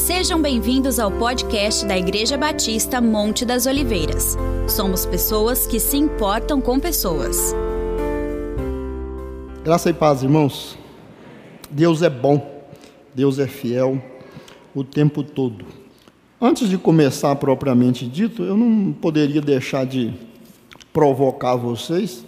Sejam bem-vindos ao podcast da Igreja Batista Monte das Oliveiras. Somos pessoas que se importam com pessoas. Graça e paz, irmãos. Deus é bom, Deus é fiel o tempo todo. Antes de começar propriamente dito, eu não poderia deixar de provocar vocês.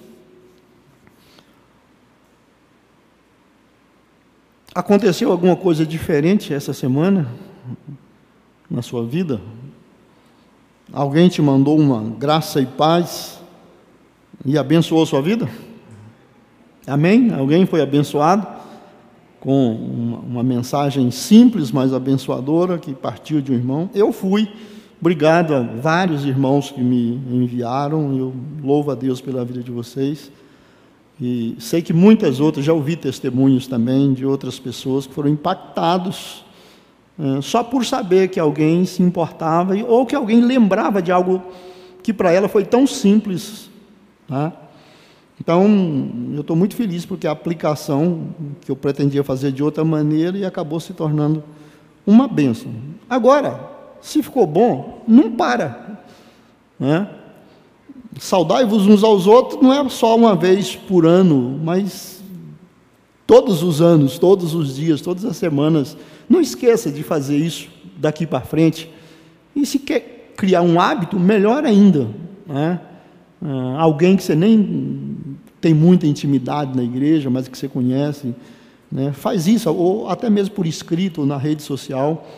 Aconteceu alguma coisa diferente essa semana na sua vida? Alguém te mandou uma graça e paz e abençoou sua vida? Amém? Alguém foi abençoado com uma mensagem simples, mas abençoadora, que partiu de um irmão? Eu fui. Obrigado a vários irmãos que me enviaram. Eu louvo a Deus pela vida de vocês. E sei que muitas outras, já ouvi testemunhos também de outras pessoas que foram impactados só por saber que alguém se importava ou que alguém lembrava de algo que para ela foi tão simples, tá? Então, eu estou muito feliz porque a aplicação que eu pretendia fazer de outra maneira e acabou se tornando uma bênção. Agora, se ficou bom, não para, né? Saudai-vos uns aos outros não é só uma vez por ano, mas todos os anos, todos os dias, todas as semanas. Não esqueça de fazer isso daqui para frente. E se quer criar um hábito, melhor ainda, né? Alguém que você nem tem muita intimidade na igreja, mas que você conhece, né? Faz isso, ou até mesmo por escrito, na rede social.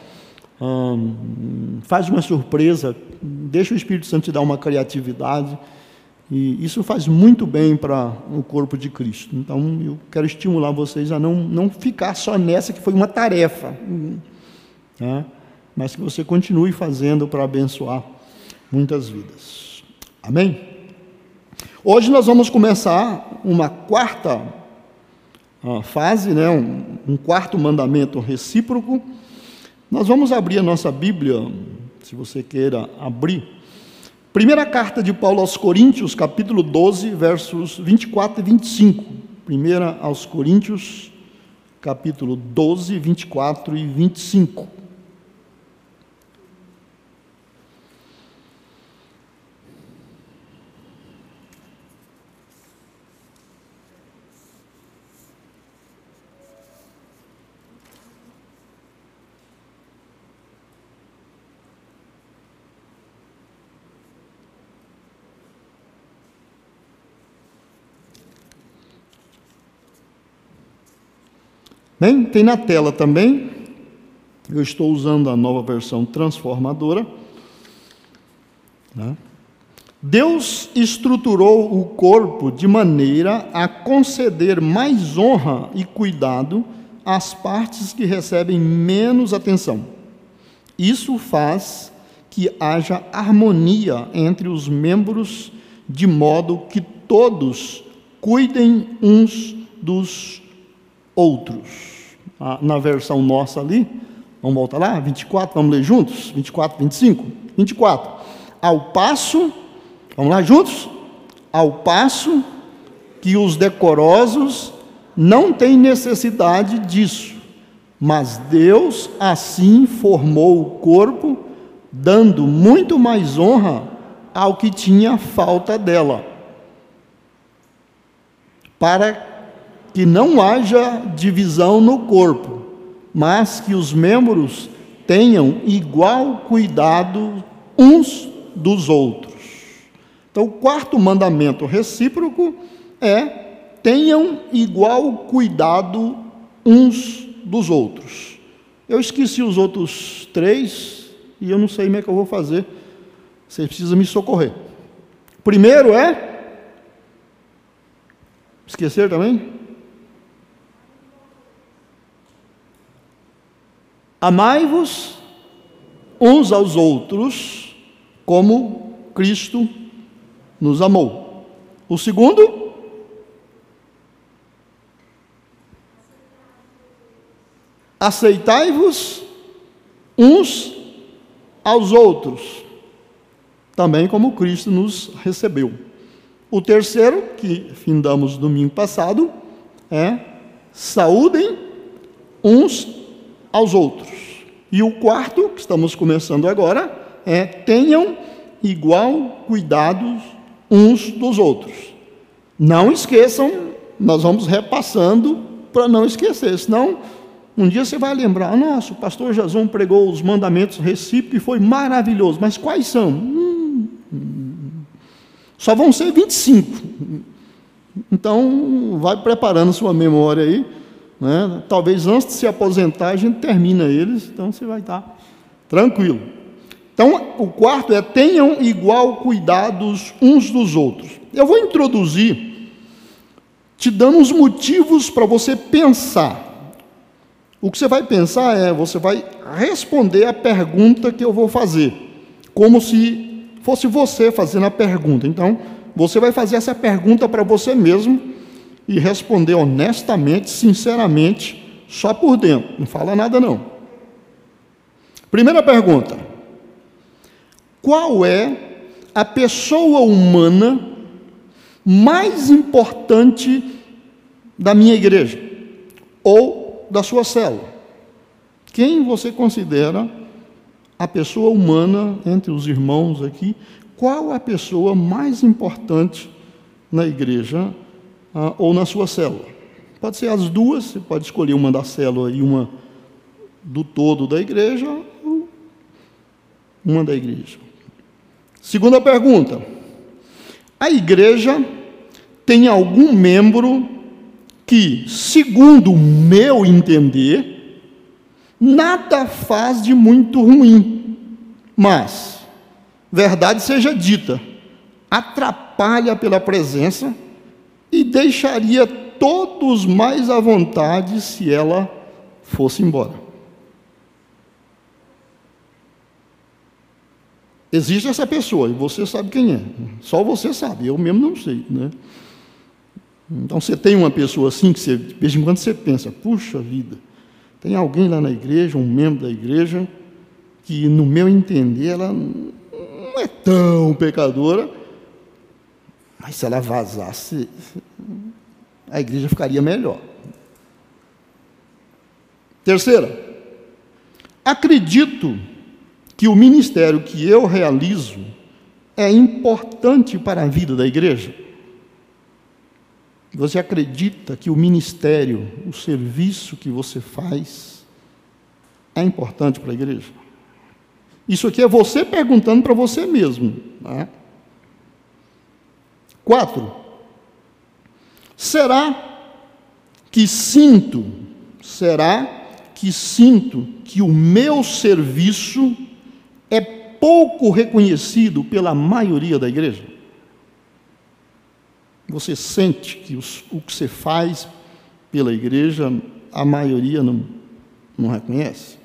Faz uma surpresa, deixa o Espírito Santo te dar uma criatividade, e isso faz muito bem para o corpo de Cristo. Então eu quero estimular vocês a não ficar só nessa que foi uma tarefa, né? Mas que você continue fazendo para abençoar muitas vidas. Amém? Hoje nós vamos começar uma quarta fase, né? um quarto mandamento recíproco. Nós vamos abrir a nossa Bíblia, se você queira abrir. Primeira carta de Paulo aos Coríntios, capítulo 12, versos 24 e 25. Primeira aos Coríntios, capítulo 12, 24 e 25. Bem, tem na tela também. Eu estou usando a nova versão transformadora, né? Deus estruturou o corpo de maneira a conceder mais honra e cuidado às partes que recebem menos atenção. Isso faz que haja harmonia entre os membros, de modo que todos cuidem uns dos outros. Na versão nossa ali, vamos voltar lá, 24, vamos ler juntos? 24, 25? 24. Ao passo, vamos lá juntos? Ao passo que os decorosos não têm necessidade disso, mas Deus assim formou o corpo, dando muito mais honra ao que tinha falta dela, para que não haja divisão no corpo, mas que os membros tenham igual cuidado uns dos outros. Então, o quarto mandamento recíproco é: tenham igual cuidado uns dos outros. Eu esqueci os outros três e eu não sei como é que eu vou fazer. Vocês precisam me socorrer. Primeiro é... Esqueceram também? Amai-vos uns aos outros, como Cristo nos amou. O segundo, aceitai-vos uns aos outros, também como Cristo nos recebeu. O terceiro, que findamos domingo passado, é: saúdem uns aos outros. E o quarto, que estamos começando agora, é: tenham igual cuidado uns dos outros. Não esqueçam, nós vamos repassando para não esquecer, senão um dia você vai lembrar: nossa, o pastor Jason pregou os mandamentos recíprocos e foi maravilhoso, mas quais são? Só vão ser 25. Então, vai preparando sua memória aí, né? Talvez antes de se aposentar a gente termina eles, então você vai estar tranquilo. Então, o quarto é: tenham igual cuidados uns dos outros. Eu vou introduzir te dando uns motivos para você pensar. O que você vai pensar é: você vai responder a pergunta que eu vou fazer, como se fosse você fazendo a pergunta. Então, você vai fazer essa pergunta para você mesmo e responder honestamente, sinceramente, só por dentro. Não fala nada, não. Primeira pergunta: qual é a pessoa humana mais importante da minha igreja ou da sua célula? Quem você considera a pessoa humana entre os irmãos aqui? Qual a pessoa mais importante na igreja ou na sua célula? Pode ser as duas, você pode escolher uma da célula e uma do todo da igreja, ou uma da igreja. Segunda pergunta: a igreja tem algum membro que, segundo o meu entender, nada faz de muito ruim, mas, verdade seja dita, atrapalha pela presença e deixaria todos mais à vontade se ela fosse embora? Existe essa pessoa, e você sabe quem é. Só você sabe, eu mesmo não sei, né? Então, você tem uma pessoa assim, que você, de vez em quando você pensa: puxa vida, tem alguém lá na igreja, um membro da igreja, que, no meu entender, ela não é tão pecadora, mas se ela vazasse, a igreja ficaria melhor. Terceira: acredito que o ministério que eu realizo é importante para a vida da igreja. Você acredita que o ministério, o serviço que você faz, é importante para a igreja? Isso aqui é você perguntando para você mesmo, né? 4. Será que sinto que o meu serviço é pouco reconhecido pela maioria da igreja? Você sente que o que você faz pela igreja, a maioria não reconhece?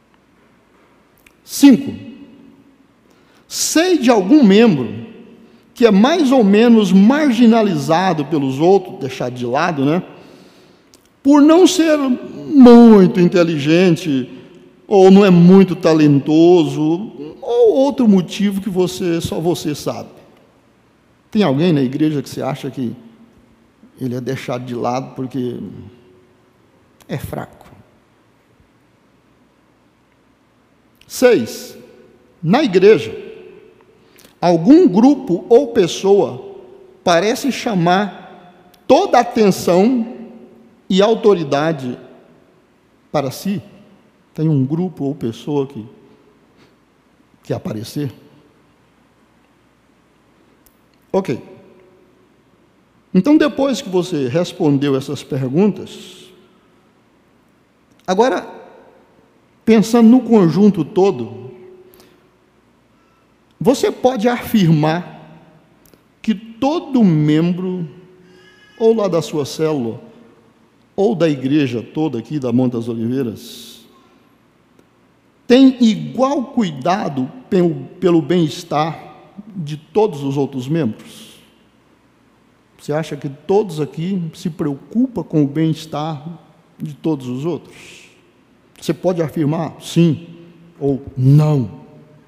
5. Sei de algum membro que é mais ou menos marginalizado pelos outros, deixado de lado, né? Por não ser muito inteligente, ou não é muito talentoso, ou outro motivo que só você sabe. Tem alguém na igreja que você acha que ele é deixado de lado porque é fraco? 6. Na igreja, algum grupo ou pessoa parece chamar toda a atenção e autoridade para si? Tem um grupo ou pessoa que aparecer? Ok. Então, depois que você respondeu essas perguntas, agora, pensando no conjunto todo, você pode afirmar que todo membro, ou lá da sua célula, ou da igreja toda aqui da Monte das Oliveiras, tem igual cuidado pelo bem-estar de todos os outros membros? Você acha que todos aqui se preocupam com o bem-estar de todos os outros? Você pode afirmar sim ou não.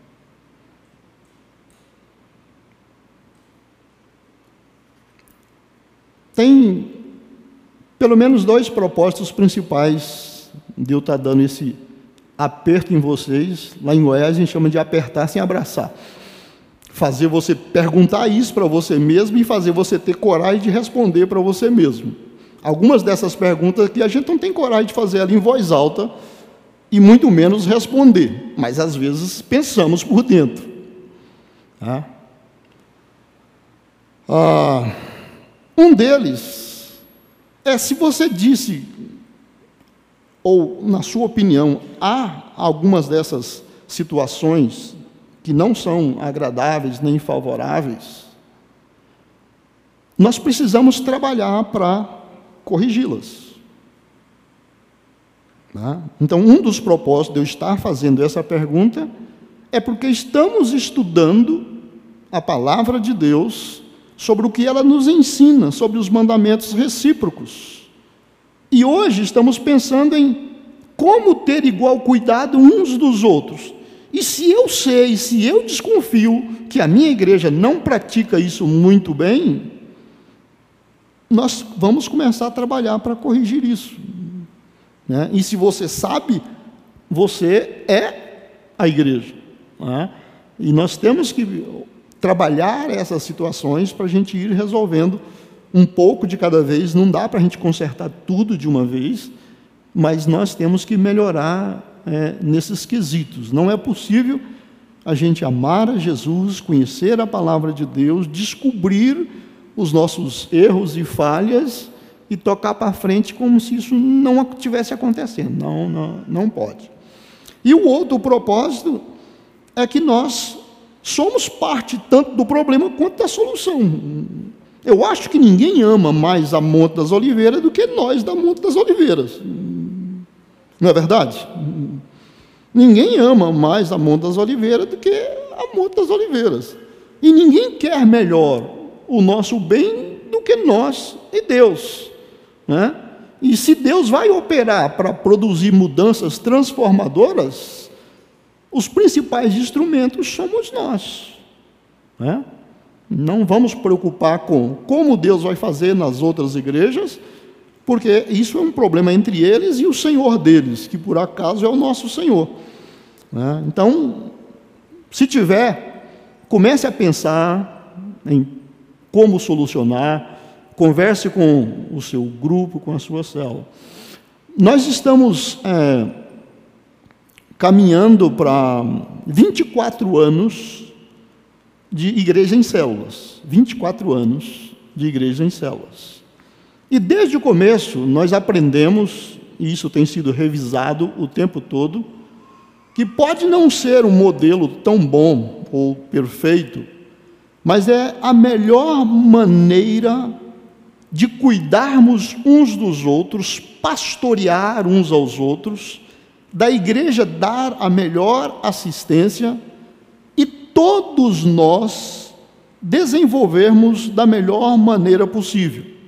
Tem pelo menos 2 propósitos principais de eu estar dando aperto em vocês. Lá em Goiás a gente chama de apertar sem abraçar. Fazer você perguntar isso para você mesmo e fazer você ter coragem de responder para você mesmo. Algumas dessas perguntas que a gente não tem coragem de fazer ela em voz alta e muito menos responder, mas às vezes pensamos por dentro. Tá? Um deles é se você disse, ou na sua opinião, há algumas dessas situações que não são agradáveis nem favoráveis, nós precisamos trabalhar para corrigi-las. Tá? Então, um dos propósitos de eu estar fazendo essa pergunta é porque estamos estudando a palavra de Deus sobre o que ela nos ensina, sobre os mandamentos recíprocos. E hoje estamos pensando em como ter igual cuidado uns dos outros. E se eu sei, se eu desconfio que a minha igreja não pratica isso muito bem, nós vamos começar a trabalhar para corrigir isso. Né? E se você sabe, você é a igreja. Né? E nós temos que trabalhar essas situações para a gente ir resolvendo um pouco de cada vez. Não dá para a gente consertar tudo de uma vez, mas nós temos que melhorar nesses quesitos. Não é possível a gente amar a Jesus, conhecer a palavra de Deus, descobrir os nossos erros e falhas e tocar para frente como se isso não estivesse acontecendo. Não pode. E o outro propósito é que nós somos parte tanto do problema quanto da solução. Eu acho que ninguém ama mais a Monte das Oliveiras do que nós da Monte das Oliveiras. Não é verdade? Ninguém ama mais a Monte das Oliveiras do que a Monte das Oliveiras. E ninguém quer melhor o nosso bem do que nós e Deus. Né? E se Deus vai operar para produzir mudanças transformadoras, os principais instrumentos somos nós. Né? Não vamos preocupar com como Deus vai fazer nas outras igrejas, porque isso é um problema entre eles e o Senhor deles, que por acaso é o nosso Senhor. Né? Então, se tiver, comece a pensar em como solucionar, converse com o seu grupo, com a sua célula. Nós estamos caminhando para 24 anos de igreja em células. 24 anos de igreja em células. E desde o começo nós aprendemos, e isso tem sido revisado o tempo todo, que pode não ser um modelo tão bom ou perfeito, mas é a melhor maneira de cuidarmos uns dos outros, pastorear uns aos outros, da igreja dar a melhor assistência e todos nós desenvolvermos da melhor maneira possível.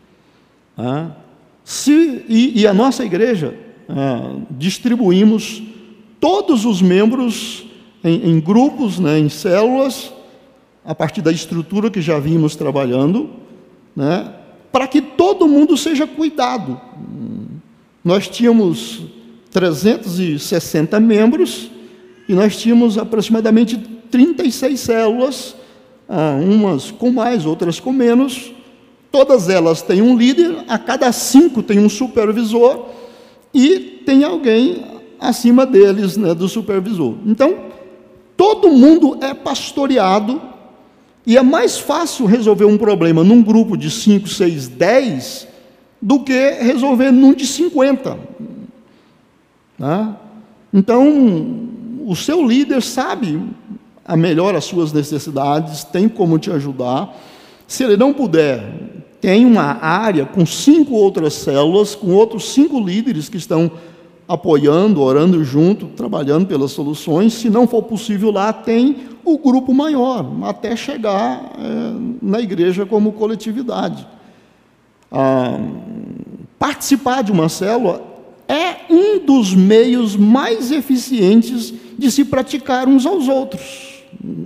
E a nossa igreja, distribuímos todos os membros em grupos, né, em células, a partir da estrutura que já vínhamos trabalhando, né, para que todo mundo seja cuidado. Nós tínhamos 360 membros e nós tínhamos aproximadamente 36 células, umas com mais, outras com menos. Todas elas têm um líder, a cada 5 tem um supervisor e tem alguém acima deles, né, do supervisor. Então, todo mundo é pastoreado e é mais fácil resolver um problema num grupo de 5, 6, 10 do que resolver num de 50. Tá? Então, o seu líder sabe a melhor as suas necessidades, tem como te ajudar. Se ele não puder, tem uma área com 5 outras células, com outros 5 líderes que estão apoiando, orando junto, trabalhando pelas soluções. Se não for possível lá, tem o grupo maior, até chegar na igreja como coletividade. Participar de uma célula é um dos meios mais eficientes de se praticar uns aos outros.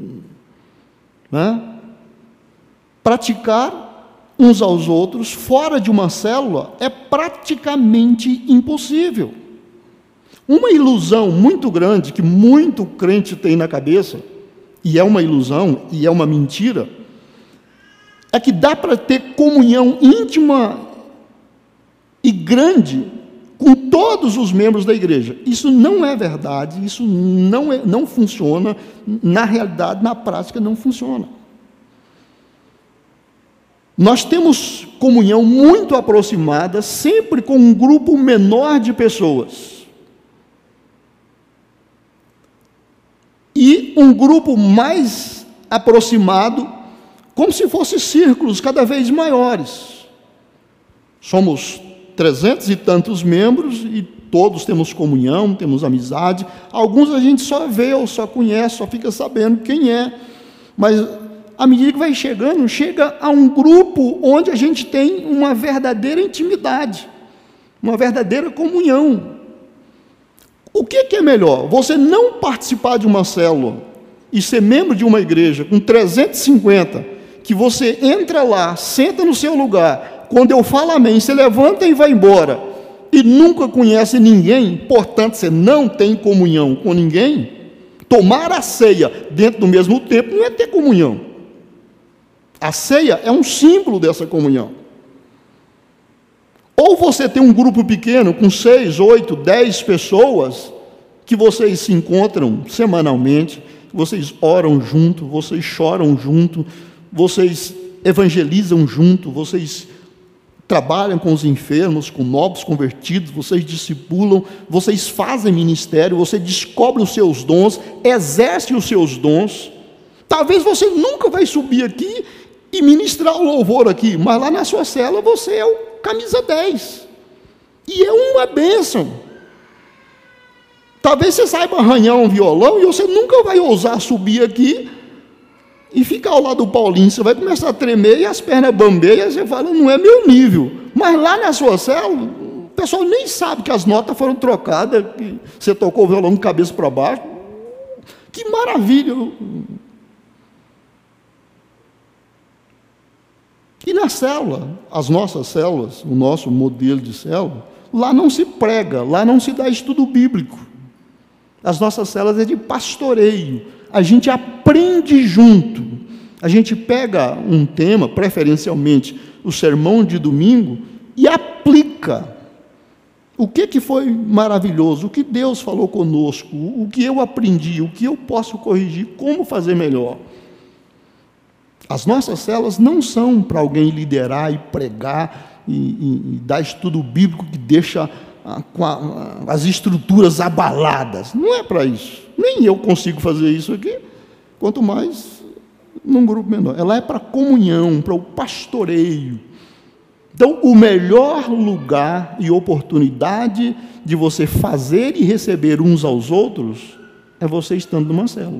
Né? Praticar uns aos outros fora de uma célula é praticamente impossível. Uma ilusão muito grande que muito crente tem na cabeça, e é uma ilusão, e é uma mentira, é que dá para ter comunhão íntima e grande com todos os membros da igreja. Isso não é verdade, isso não funciona, na realidade, na prática não funciona. Nós temos comunhão muito aproximada, sempre com um grupo menor de pessoas. E um grupo mais aproximado, como se fossem círculos cada vez maiores. Somos 300 e tantos membros e todos temos comunhão, temos amizade. Alguns a gente só vê ou só conhece, só fica sabendo quem é. Mas à medida que vai chegando, chega a um grupo onde a gente tem uma verdadeira intimidade, uma verdadeira comunhão. O que é melhor? Você não participar de uma célula e ser membro de uma igreja com 350, que você entra lá, senta no seu lugar, quando eu falo amém, você levanta e vai embora, e nunca conhece ninguém, portanto, você não tem comunhão com ninguém. Tomar a ceia dentro do mesmo tempo não é ter comunhão. A ceia é um símbolo dessa comunhão. Ou você tem um grupo pequeno com 6, 8, 10 pessoas, que vocês se encontram semanalmente, vocês oram junto, vocês choram junto, vocês evangelizam junto, vocês trabalham com os enfermos, com novos convertidos, vocês discipulam, vocês fazem ministério, você descobre os seus dons, exerce os seus dons. Talvez você nunca vai subir aqui e ministrar o louvor aqui, mas lá na sua célula você é o camisa 10, e é uma bênção. Talvez você saiba arranhar um violão, e você nunca vai ousar subir aqui e ficar ao lado do Paulinho, você vai começar a tremer, e as pernas bambeiam, e você fala, não é meu nível. Mas lá na sua célula, o pessoal nem sabe que as notas foram trocadas, que você tocou o violão de cabeça para baixo. Que maravilha! E na célula, as nossas células, o nosso modelo de célula, lá não se prega, lá não se dá estudo bíblico. As nossas células é de pastoreio, a gente aprende junto, a gente pega um tema, preferencialmente o sermão de domingo, e aplica. O que foi maravilhoso, o que Deus falou conosco, o que eu aprendi, o que eu posso corrigir, como fazer melhor. As nossas células não são para alguém liderar e pregar e dar estudo bíblico que deixa as estruturas abaladas. Não é para isso. Nem eu consigo fazer isso aqui, quanto mais num grupo menor. Ela é para comunhão, para o pastoreio. Então, o melhor lugar e oportunidade de você fazer e receber uns aos outros é você estando numa célula.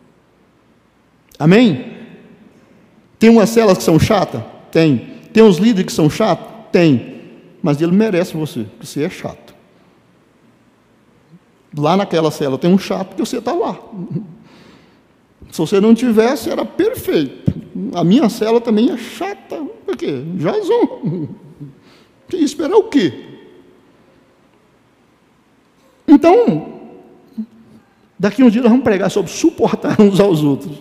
Amém? Tem umas células que são chatas? Tem. Tem uns líderes que são chatos? Tem. Mas ele merece você, porque você é chato. Lá naquela célula tem um chato, porque você está lá. Se você não tivesse, era perfeito. A minha célula também é chata. Por quê? Jason. Você ia esperar o quê? Então, daqui uns dias nós vamos pregar sobre suportar uns aos outros.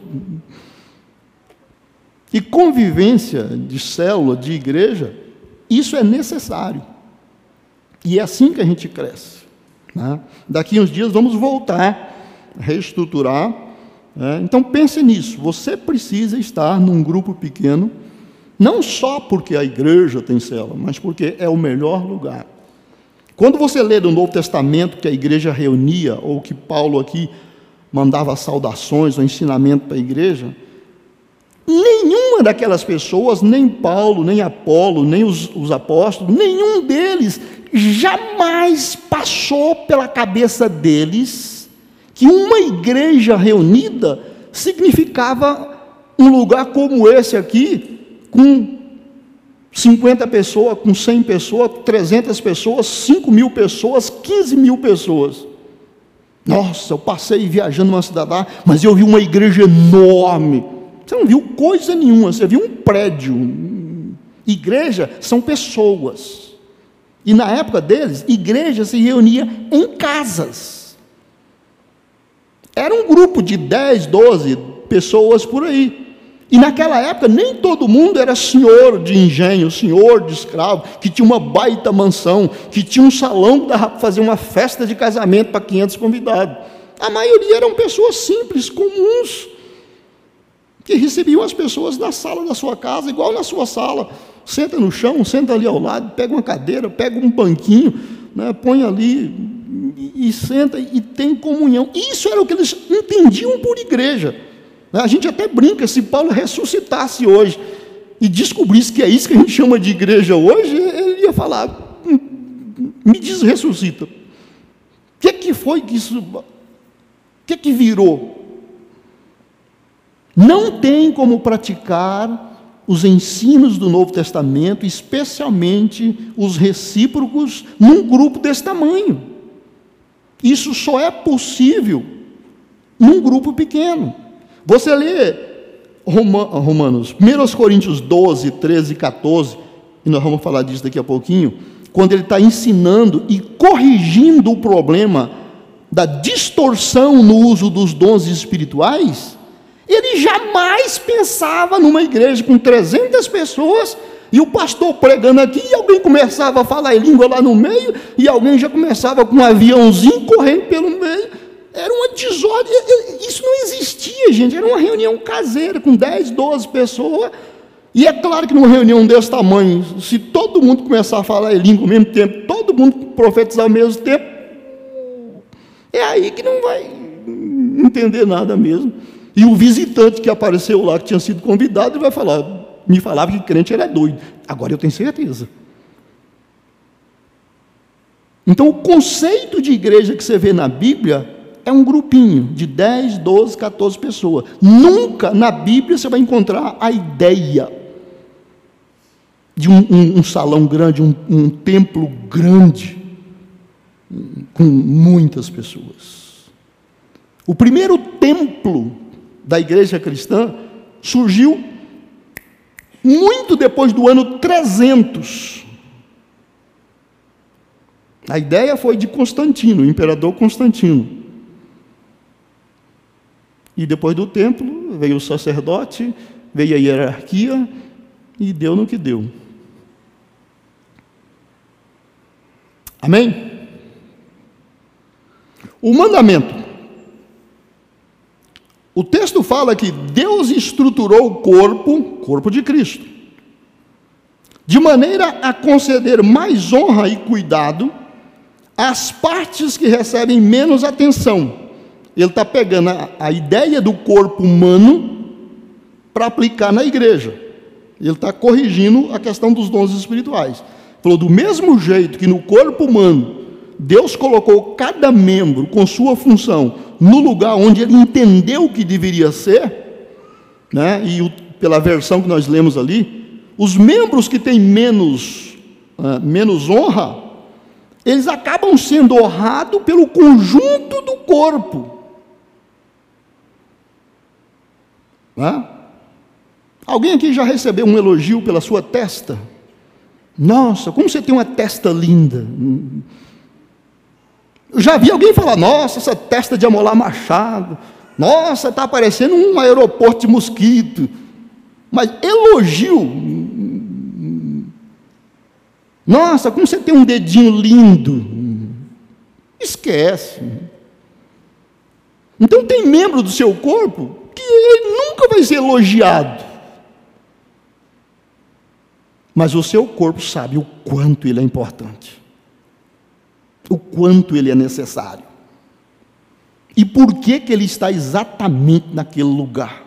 E convivência de célula, de igreja, isso é necessário. E é assim que a gente cresce. Né? Daqui uns dias vamos voltar a reestruturar. Né? Então pense nisso. Você precisa estar num grupo pequeno, não só porque a igreja tem célula, mas porque é o melhor lugar. Quando você lê do Novo Testamento que a igreja reunia, ou que Paulo aqui mandava saudações ou ensinamento para a igreja, nenhuma daquelas pessoas, nem Paulo, nem Apolo, nem os apóstolos, nenhum deles jamais passou pela cabeça deles que uma igreja reunida significava um lugar como esse aqui, com 50 pessoas, com 100 pessoas, 300 pessoas, 5.000 pessoas, 15.000 pessoas. Nossa, eu passei viajando numa cidade lá, mas eu vi uma igreja enorme. Você não viu coisa nenhuma, você viu um prédio. Igreja são pessoas. E na época deles, igreja se reunia em casas. Era um grupo de 10, 12 pessoas por aí. E naquela época, nem todo mundo era senhor de engenho, senhor de escravo, que tinha uma baita mansão, que tinha um salão que dava para fazer uma festa de casamento para 500 convidados. A maioria eram pessoas simples, comuns, que recebiam as pessoas na sala da sua casa, igual na sua sala. Senta no chão, senta ali ao lado, pega uma cadeira, pega um banquinho, né, põe ali e senta e tem comunhão. Isso era o que eles entendiam por igreja. A gente até brinca, se Paulo ressuscitasse hoje e descobrisse que é isso que a gente chama de igreja hoje, ele ia falar, me diz, ressuscita. O que foi que isso, o que virou? Não tem como praticar os ensinos do Novo Testamento, especialmente os recíprocos, num grupo desse tamanho. Isso só é possível num grupo pequeno. Você lê Romanos, 1 Coríntios 12, 13 e 14, e nós vamos falar disso daqui a pouquinho, quando ele está ensinando e corrigindo o problema da distorção no uso dos dons espirituais, ele jamais pensava numa igreja com 300 pessoas, e o pastor pregando aqui, e alguém começava a falar em língua lá no meio, e alguém já começava com um aviãozinho correndo pelo meio. Era uma desordem, isso não existia, gente, era uma reunião caseira, com 10, 12 pessoas, e é claro que numa reunião desse tamanho, se todo mundo começar a falar em língua ao mesmo tempo, todo mundo profetizar ao mesmo tempo, é aí que não vai entender nada mesmo. E o visitante que apareceu lá, que tinha sido convidado, ele vai falar, me falava que crente era doido, agora eu tenho certeza. Então o conceito de igreja que você vê na Bíblia é um grupinho de 10, 12, 14 pessoas. Nunca na Bíblia você vai encontrar a ideia de um salão grande, um templo grande, com muitas pessoas. O primeiro templo da igreja cristã surgiu muito depois do ano 300. A ideia foi de Constantino, o imperador Constantino. E depois do templo, veio o sacerdote, veio a hierarquia, e deu no que deu. Amém? O mandamento. O texto fala que Deus estruturou o corpo de Cristo, de maneira a conceder mais honra e cuidado às partes que recebem menos atenção. Ele está pegando a ideia do corpo humano para aplicar na igreja. Ele está corrigindo a questão dos dons espirituais. Falou, do mesmo jeito que no corpo humano, Deus colocou cada membro com sua função no lugar onde ele entendeu que deveria ser, né? E pela versão que nós lemos ali, os membros que têm menos honra, eles acabam sendo honrados pelo conjunto do corpo. Alguém aqui já recebeu um elogio pela sua testa? Nossa, como você tem uma testa linda. Eu já vi alguém falar, nossa, essa testa de amolar machado, nossa, está parecendo um aeroporto de mosquito. Mas elogio, nossa, como você tem um dedinho lindo. Esquece. Então tem membro do seu corpo que ele nunca vai ser elogiado. Mas o seu corpo sabe o quanto ele é importante, o quanto ele é necessário, e por que ele está exatamente naquele lugar.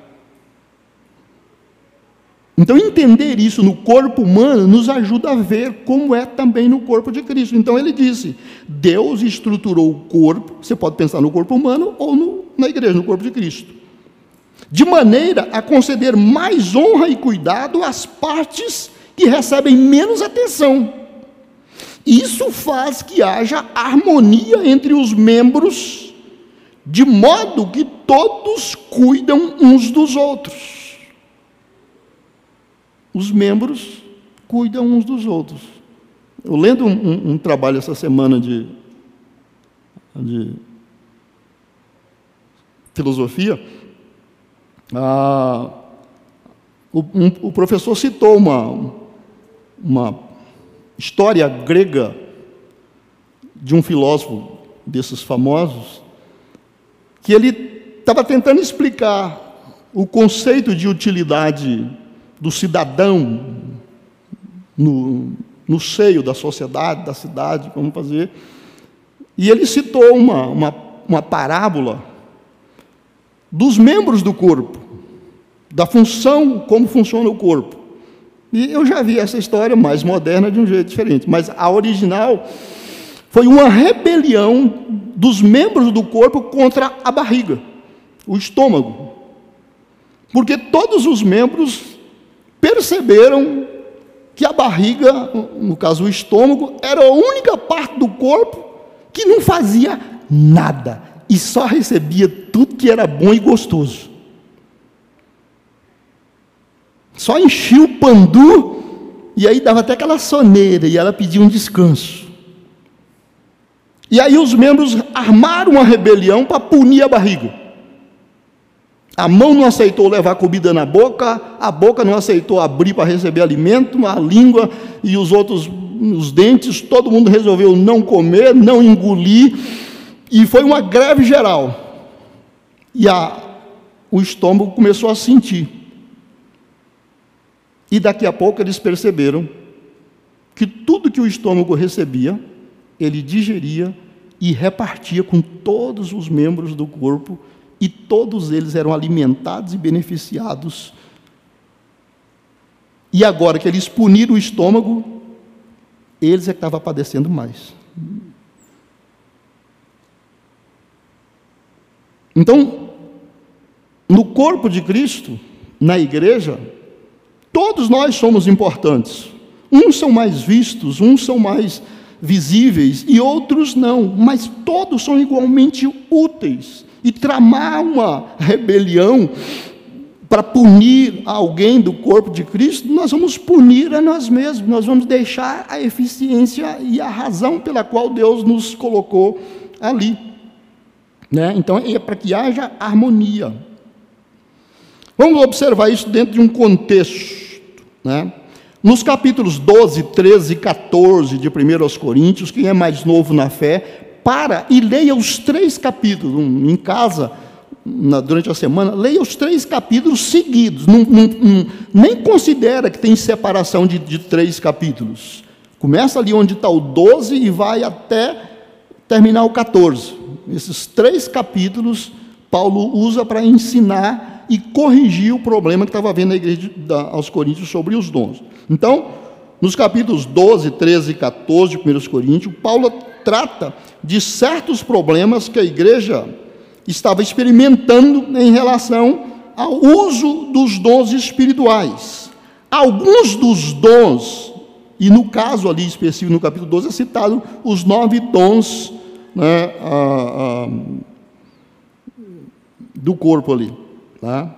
Então entender isso no corpo humano nos ajuda a ver como é também no corpo de Cristo. Então ele disse, Deus estruturou o corpo, você pode pensar no corpo humano ou na igreja, no corpo de Cristo, de maneira a conceder mais honra e cuidado às partes que recebem menos atenção. Isso faz que haja harmonia entre os membros, de modo que todos cuidam uns dos outros. Os membros cuidam uns dos outros. Eu lendo um trabalho essa semana de filosofia, o professor citou uma história grega de um filósofo desses famosos, que ele estava tentando explicar o conceito de utilidade do cidadão no seio da sociedade, da cidade, como fazer. E ele citou uma parábola dos membros do corpo, da função, como funciona o corpo. E eu já vi essa história mais moderna de um jeito diferente, mas a original foi uma rebelião dos membros do corpo contra a barriga, o estômago. Porque todos os membros perceberam que a barriga, no caso o estômago, era a única parte do corpo que não fazia nada e só recebia tudo que era bom e gostoso. Só enchia o pandu e aí dava até aquela soneira e ela pedia um descanso. E aí os membros armaram uma rebelião para punir a barriga. A mão não aceitou levar comida na boca, a boca não aceitou abrir para receber alimento, a língua e os dentes, todo mundo resolveu não comer, não engolir, e foi uma greve geral. E o estômago começou a sentir. E daqui a pouco eles perceberam que tudo que o estômago recebia, ele digeria e repartia com todos os membros do corpo, e todos eles eram alimentados e beneficiados. E agora que eles puniram o estômago, eles é que estavam padecendo mais. Então, no corpo de Cristo, na igreja, todos nós somos importantes. Uns são mais vistos, uns são mais visíveis e outros não, mas todos são igualmente úteis. E tramar uma rebelião para punir alguém do corpo de Cristo, nós vamos punir a nós mesmos, nós vamos deixar a eficiência e a razão pela qual Deus nos colocou ali. Né? Então, é para que haja harmonia. Vamos observar isso dentro de um contexto. Né? Nos capítulos 12, 13 e 14 de 1 Coríntios, quem é mais novo na fé, para e leia os 3 capítulos, em casa, durante a semana, leia os 3 capítulos seguidos, nem considera que tem separação de 3 capítulos, começa ali onde está o 12 e vai até terminar o 14, esses 3 capítulos, Paulo usa para ensinar e corrigir o problema que estava havendo na igreja aos Coríntios sobre os dons. Então, nos capítulos 12, 13 e 14 de 1 Coríntios, Paulo trata de certos problemas que a igreja estava experimentando em relação ao uso dos dons espirituais. Alguns dos dons, e no caso ali específico, no capítulo 12, é citado os 9 dons, né, do corpo ali. Tá?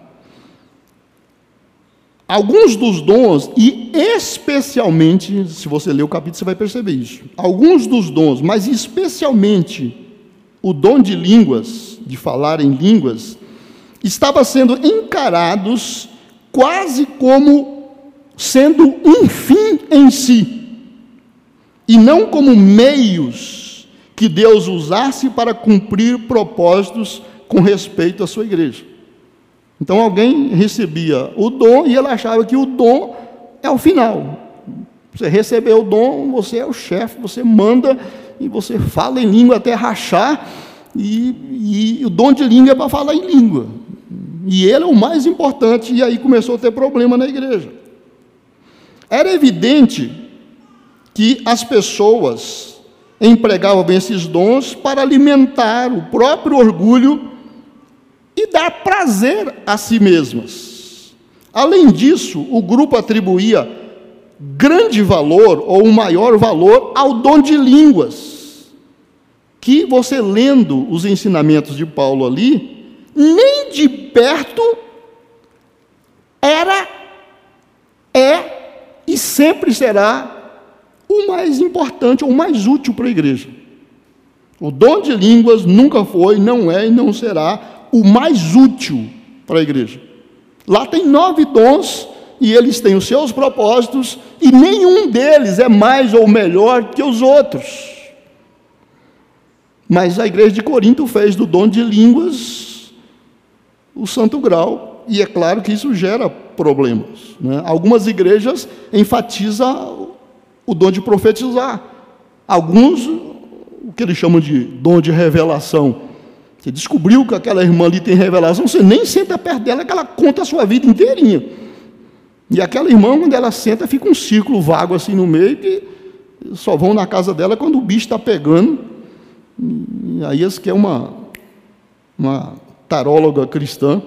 Alguns dos dons, e especialmente, se você ler o capítulo, você vai perceber isso. Alguns dos dons, mas especialmente o dom de línguas, de falar em línguas, estava sendo encarados quase como sendo um fim em si, e não como meios que Deus usasse para cumprir propósitos com respeito à sua igreja. Então alguém recebia o dom e ele achava que o dom é o final. Você recebeu o dom, você é o chefe, você manda e você fala em língua até rachar, e o dom de língua é para falar em língua. E ele é o mais importante, e aí começou a ter problema na igreja. Era evidente que as pessoas empregavam esses dons para alimentar o próprio orgulho e dar prazer a si mesmas. Além disso, o grupo atribuía grande valor, ou um maior valor, ao dom de línguas, que você lendo os ensinamentos de Paulo ali, nem de perto é e sempre será o mais importante, ou o mais útil para a igreja. O dom de línguas nunca foi, não é e não será o mais útil para a igreja. Lá tem 9 dons, e eles têm os seus propósitos, e nenhum deles é mais ou melhor que os outros. Mas a igreja de Corinto fez do dom de línguas o santo grau, e é claro que isso gera problemas, né? Algumas igrejas enfatizam o dom de profetizar, alguns, o que eles chamam de dom de revelação. Você descobriu que aquela irmã ali tem revelação, você nem senta perto dela, que ela conta a sua vida inteirinha. E aquela irmã, quando ela senta, fica um círculo vago assim no meio, que só vão na casa dela quando o bicho está pegando. E aí essa que é uma taróloga cristã.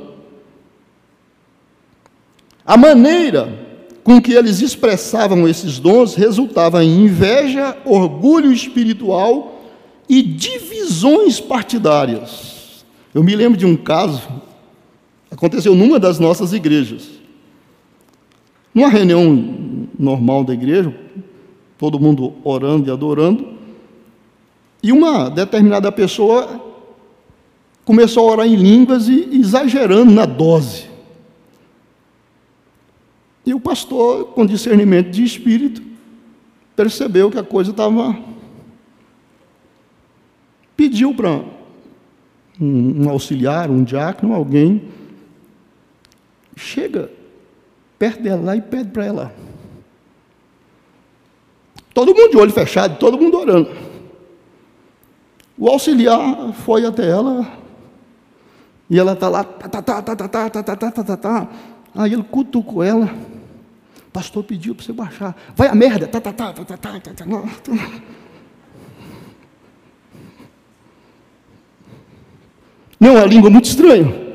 A maneira com que eles expressavam esses dons resultava em inveja, orgulho espiritual e divisões partidárias. Eu me lembro de um caso, aconteceu numa das nossas igrejas. Numa reunião normal da igreja, todo mundo orando e adorando, e uma determinada pessoa começou a orar em línguas e exagerando na dose. E o pastor, com discernimento de espírito, percebeu que a coisa estava... Pediu para um auxiliar, um diácono, alguém, chega perto dela lá e pede para ela. Todo mundo de olho fechado, todo mundo orando. O auxiliar foi até ela, e ela está lá, Aí ele cutucou ela, o pastor pediu para você baixar, vai a merda, Não, é uma língua muito estranha.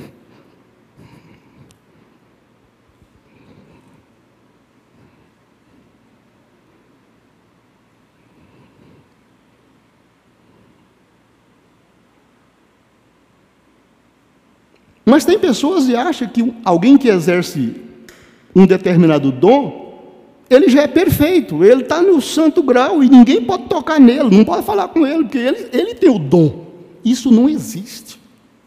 Mas tem pessoas que acham que alguém que exerce um determinado dom, ele já é perfeito, ele está no santo grau e ninguém pode tocar nele, não pode falar com ele, porque ele tem o dom. Isso não existe.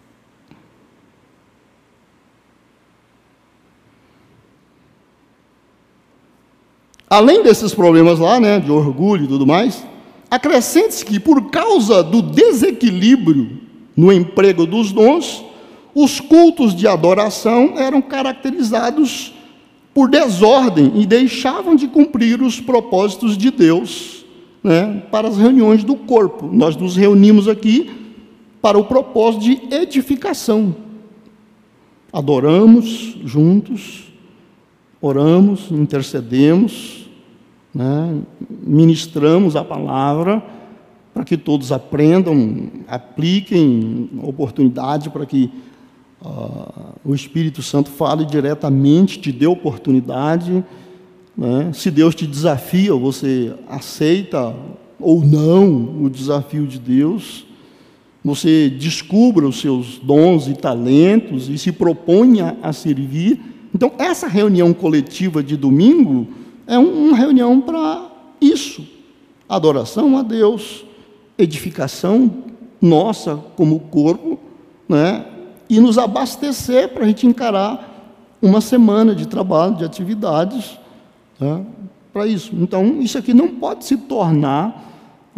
Além desses problemas lá, né, de orgulho e tudo mais, acrescente-se que, por causa do desequilíbrio no emprego dos dons, os cultos de adoração eram caracterizados por desordem e deixavam de cumprir os propósitos de Deus, né, para as reuniões do corpo. Nós nos reunimos aqui para o propósito de edificação. Adoramos juntos, oramos, intercedemos, né, ministramos a palavra para que todos aprendam, apliquem oportunidade para que o Espírito Santo fale diretamente, te dê oportunidade, né? Se Deus te desafia, você aceita ou não o desafio de Deus, você descubra os seus dons e talentos e se proponha a servir. Então, essa reunião coletiva de domingo é uma reunião para isso, adoração a Deus, edificação nossa como corpo, né? E nos abastecer para a gente encarar uma semana de trabalho, de atividades, né, para isso. Então, isso aqui não pode se tornar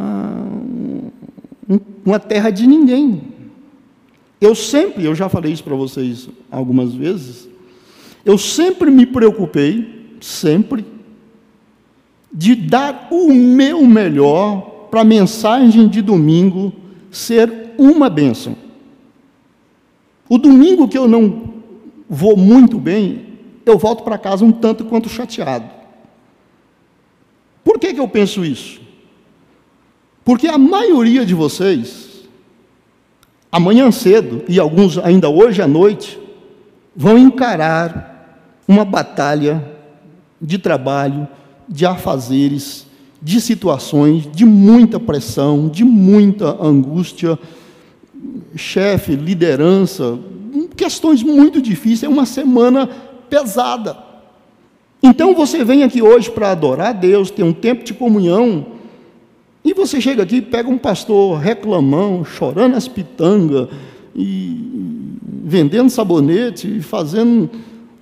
uma terra de ninguém. Eu já falei isso para vocês algumas vezes, eu sempre me preocupei, de dar o meu melhor para a mensagem de domingo ser uma bênção. O domingo que eu não vou muito bem, eu volto para casa um tanto quanto chateado. Por que eu penso isso? Porque a maioria de vocês, amanhã cedo, e alguns ainda hoje à noite, vão encarar uma batalha de trabalho, de afazeres, de situações, de muita pressão, de muita angústia, chefe, liderança, questões muito difíceis, é uma semana pesada. Então você vem aqui hoje para adorar a Deus, ter um tempo de comunhão, e você chega aqui e pega um pastor reclamão, chorando as pitangas, e vendendo sabonete, e fazendo...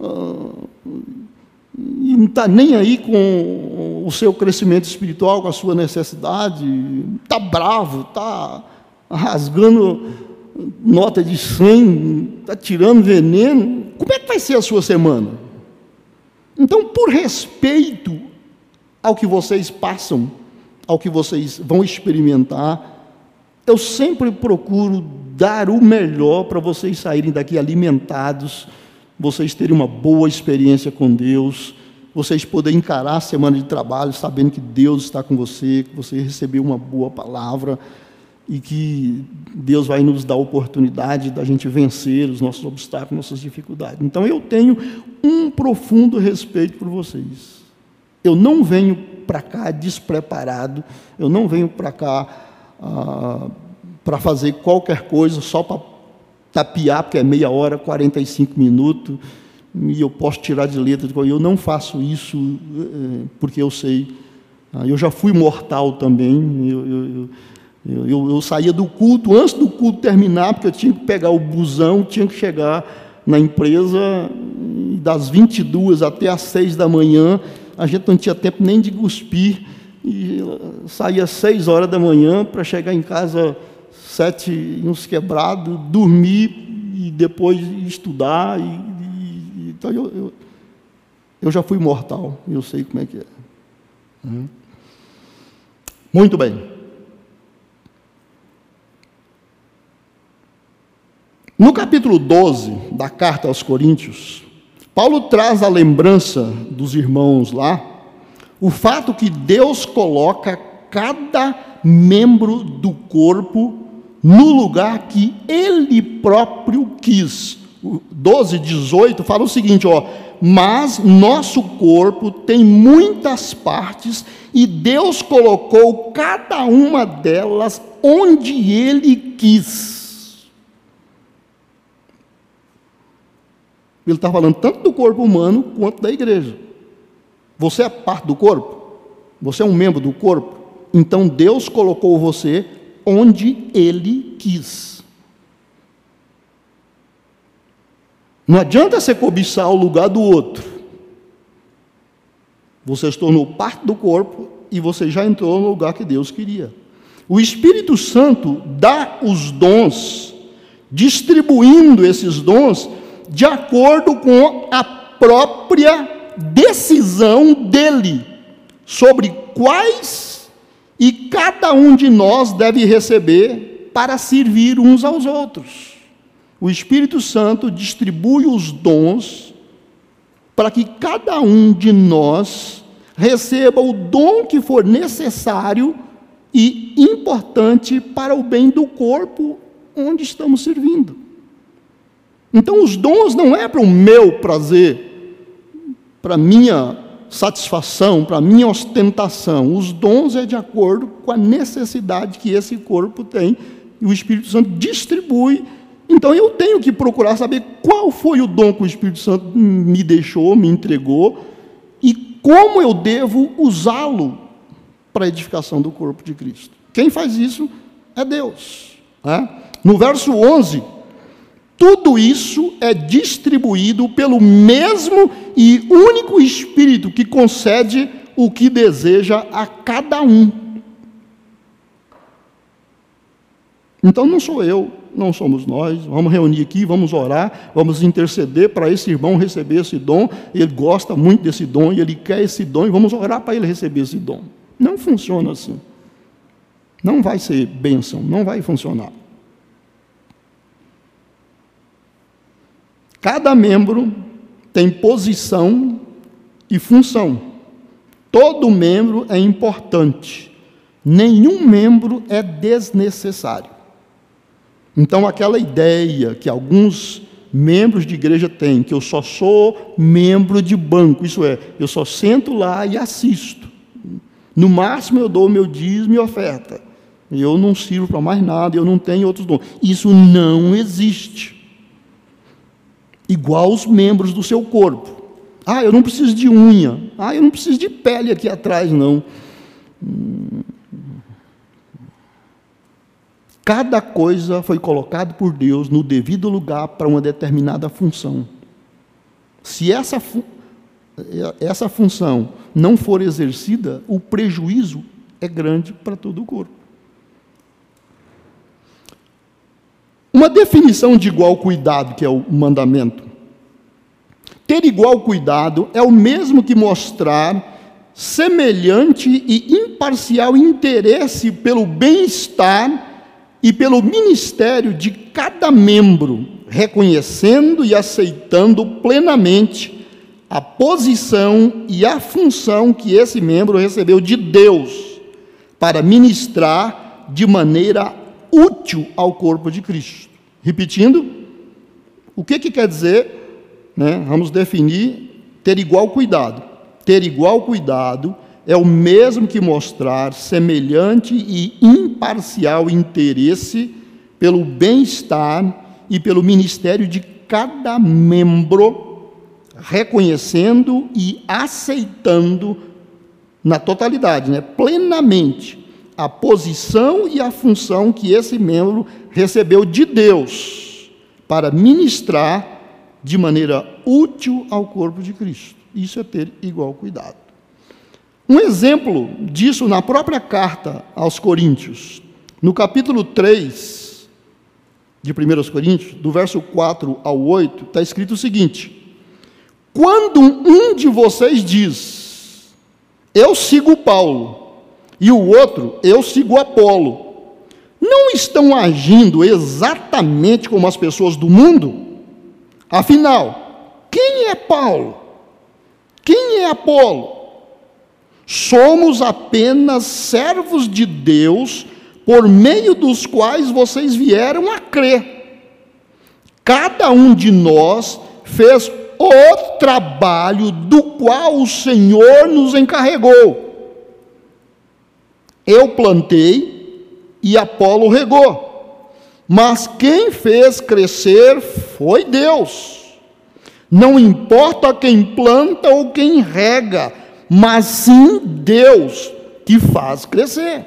e não está nem aí com o seu crescimento espiritual, com a sua necessidade, está bravo, está rasgando nota de 100, está tirando veneno. Como é que vai ser a sua semana? Então, por respeito ao que vocês passam, ao que vocês vão experimentar, eu sempre procuro dar o melhor para vocês saírem daqui alimentados, vocês terem uma boa experiência com Deus, vocês poderem encarar a semana de trabalho sabendo que Deus está com você, que você recebeu uma boa palavra e que Deus vai nos dar a oportunidade da gente vencer os nossos obstáculos, nossas dificuldades. Então eu tenho um profundo respeito por vocês. Eu não venho para cá despreparado, eu não venho para cá para fazer qualquer coisa só para tapear, porque é meia hora, 45 minutos, e eu posso tirar de letra. Eu não faço isso porque eu sei. Eu já fui mortal também. Eu saía do culto, antes do culto terminar, porque eu tinha que pegar o busão, tinha que chegar na empresa, das 22 até as 6 da manhã, a gente não tinha tempo nem de cuspir, e saía às 6 horas da manhã para chegar em casa 7 e uns quebrados, dormir e depois estudar. Então eu já fui mortal, eu sei como é que é. Muito bem. No capítulo 12 da carta aos Coríntios, Paulo traz a lembrança dos irmãos lá, o fato que Deus coloca cada membro do corpo no lugar que Ele próprio quis. O 12:18 fala o seguinte, mas nosso corpo tem muitas partes e Deus colocou cada uma delas onde Ele quis. Ele está falando tanto do corpo humano quanto da igreja. Você é parte do corpo? Você é um membro do corpo? Então Deus colocou você onde Ele quis. Não adianta você cobiçar o lugar do outro. Você se tornou parte do corpo e você já entrou no lugar que Deus queria. O Espírito Santo dá os dons, distribuindo esses dons de acordo com a própria decisão dele sobre quais e cada um de nós deve receber para servir uns aos outros. O Espírito Santo distribui os dons para que cada um de nós receba o dom que for necessário e importante para o bem do corpo onde estamos servindo. Então, os dons não é para o meu prazer, para a minha satisfação, para a minha ostentação. Os dons é de acordo com a necessidade que esse corpo tem, e o Espírito Santo distribui. Então, eu tenho que procurar saber qual foi o dom que o Espírito Santo me deixou, me entregou, e como eu devo usá-lo para a edificação do corpo de Cristo. Quem faz isso é Deus. No verso 11... tudo isso é distribuído pelo mesmo e único Espírito que concede o que deseja a cada um. Então não sou eu, não somos nós. Vamos reunir aqui, vamos orar, vamos interceder para esse irmão receber esse dom. Ele gosta muito desse dom e ele quer esse dom e vamos orar para ele receber esse dom. Não funciona assim. Não vai ser bênção, não vai funcionar. Cada membro tem posição e função. Todo membro é importante. Nenhum membro é desnecessário. Então, aquela ideia que alguns membros de igreja têm, que eu só sou membro de banco, isso é, eu só sento lá e assisto. No máximo, eu dou o meu dízimo e oferta. Eu não sirvo para mais nada, eu não tenho outros dons. Isso não existe. Igual os membros do seu corpo. Ah, eu não preciso de unha. Ah, eu não preciso de pele aqui atrás, não. Cada coisa foi colocada por Deus no devido lugar para uma determinada função. Se essa função não for exercida, o prejuízo é grande para todo o corpo. Uma definição de igual cuidado, que é o mandamento. Ter igual cuidado é o mesmo que mostrar semelhante e imparcial interesse pelo bem-estar e pelo ministério de cada membro, reconhecendo e aceitando plenamente a posição e a função que esse membro recebeu de Deus para ministrar de maneira útil ao corpo de Cristo. Repetindo, o que quer dizer, né? Vamos definir ter igual cuidado. Ter igual cuidado é o mesmo que mostrar semelhante e imparcial interesse pelo bem-estar e pelo ministério de cada membro, reconhecendo e aceitando na totalidade, né, plenamente, a posição e a função que esse membro recebeu de Deus para ministrar de maneira útil ao corpo de Cristo. Isso é ter igual cuidado. Um exemplo disso na própria carta aos Coríntios, no capítulo 3 de 1 Coríntios, do verso 4 ao 8, está escrito o seguinte: quando um de vocês diz, eu sigo Paulo, e o outro, eu sigo Apolo, não estão agindo exatamente como as pessoas do mundo? Afinal, quem é Paulo? Quem é Apolo? Somos apenas servos de Deus, por meio dos quais vocês vieram a crer. Cada um de nós fez o trabalho do qual o Senhor nos encarregou. Eu plantei e Apolo regou, mas quem fez crescer foi Deus. Não importa quem planta ou quem rega, mas sim Deus que faz crescer.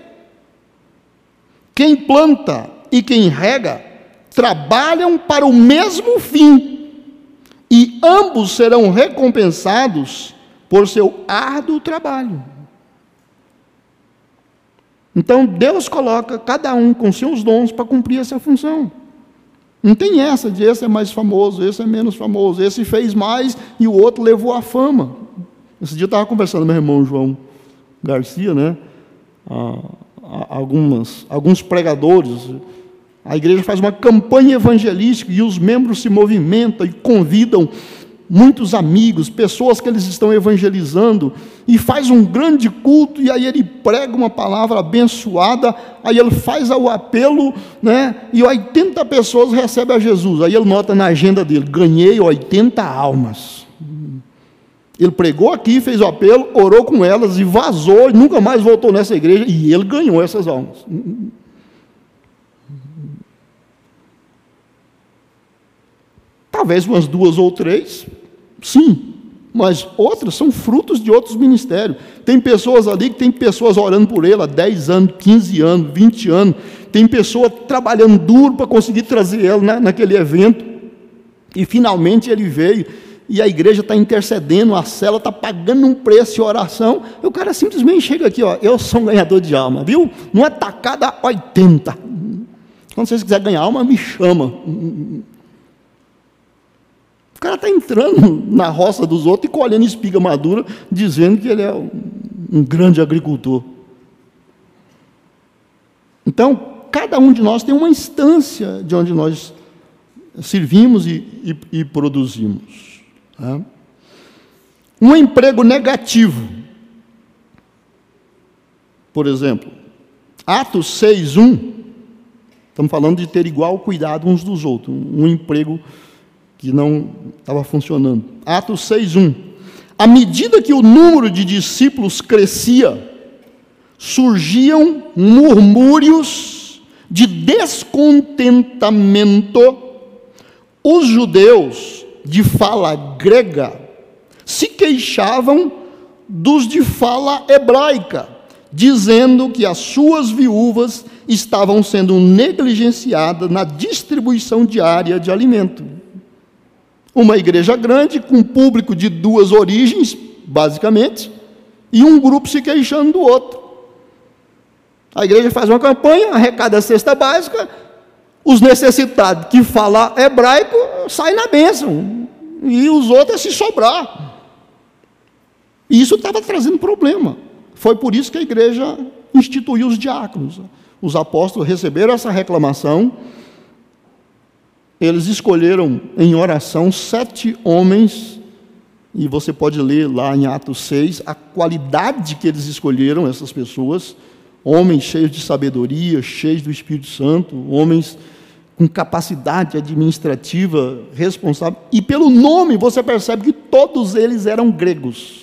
Quem planta e quem rega trabalham para o mesmo fim, e ambos serão recompensados por seu árduo trabalho. Então Deus coloca cada um com seus dons para cumprir essa função. Não tem essa de esse é mais famoso, esse é menos famoso, esse fez mais e o outro levou a fama. Esse dia eu estava conversando com meu irmão João Garcia, né? Alguns pregadores. A igreja faz uma campanha evangelística e os membros se movimentam e convidam muitos amigos, pessoas que eles estão evangelizando, e faz um grande culto, e aí ele prega uma palavra abençoada, aí ele faz o apelo, né? E 80 pessoas recebem a Jesus. Aí ele nota na agenda dele, ganhei 80 almas. Ele pregou aqui, fez o apelo, orou com elas e vazou, e nunca mais voltou nessa igreja, e ele ganhou essas almas. Talvez umas 2 ou 3, sim, mas outras são frutos de outros ministérios. Tem pessoas ali que tem pessoas orando por ele há 10 anos, 15 anos, 20 anos, tem pessoa trabalhando duro para conseguir trazer ele naquele evento, e finalmente ele veio, e a igreja está intercedendo, a célula está pagando um preço de oração, e o cara simplesmente chega aqui, ó, eu sou um ganhador de alma, viu? Numa tacada 80. Quando vocês quiserem ganhar alma, me chama. O cara está entrando na roça dos outros e colhendo espiga madura, dizendo que ele é um grande agricultor. Então, cada um de nós tem uma instância de onde nós servimos e produzimos. Tá? Um emprego negativo, por exemplo, Atos 6:1, estamos falando de ter igual cuidado uns dos outros, um emprego que não estava funcionando. Atos 6:1. À medida que o número de discípulos crescia, surgiam murmúrios de descontentamento. Os judeus de fala grega se queixavam dos de fala hebraica, dizendo que as suas viúvas estavam sendo negligenciadas na distribuição diária de alimento. Uma igreja grande, com público de duas origens, basicamente, e um grupo se queixando do outro. A igreja faz uma campanha, arrecada a cesta básica, os necessitados que falam hebraico saem na bênção, e os outros se sobrar. E isso estava trazendo problema. Foi por isso que a igreja instituiu os diáconos. Os apóstolos receberam essa reclamação, eles escolheram em oração 7 homens, e você pode ler lá em Atos 6, a qualidade que eles escolheram, essas pessoas, homens cheios de sabedoria, cheios do Espírito Santo, homens com capacidade administrativa, responsável, e pelo nome você percebe que todos eles eram gregos.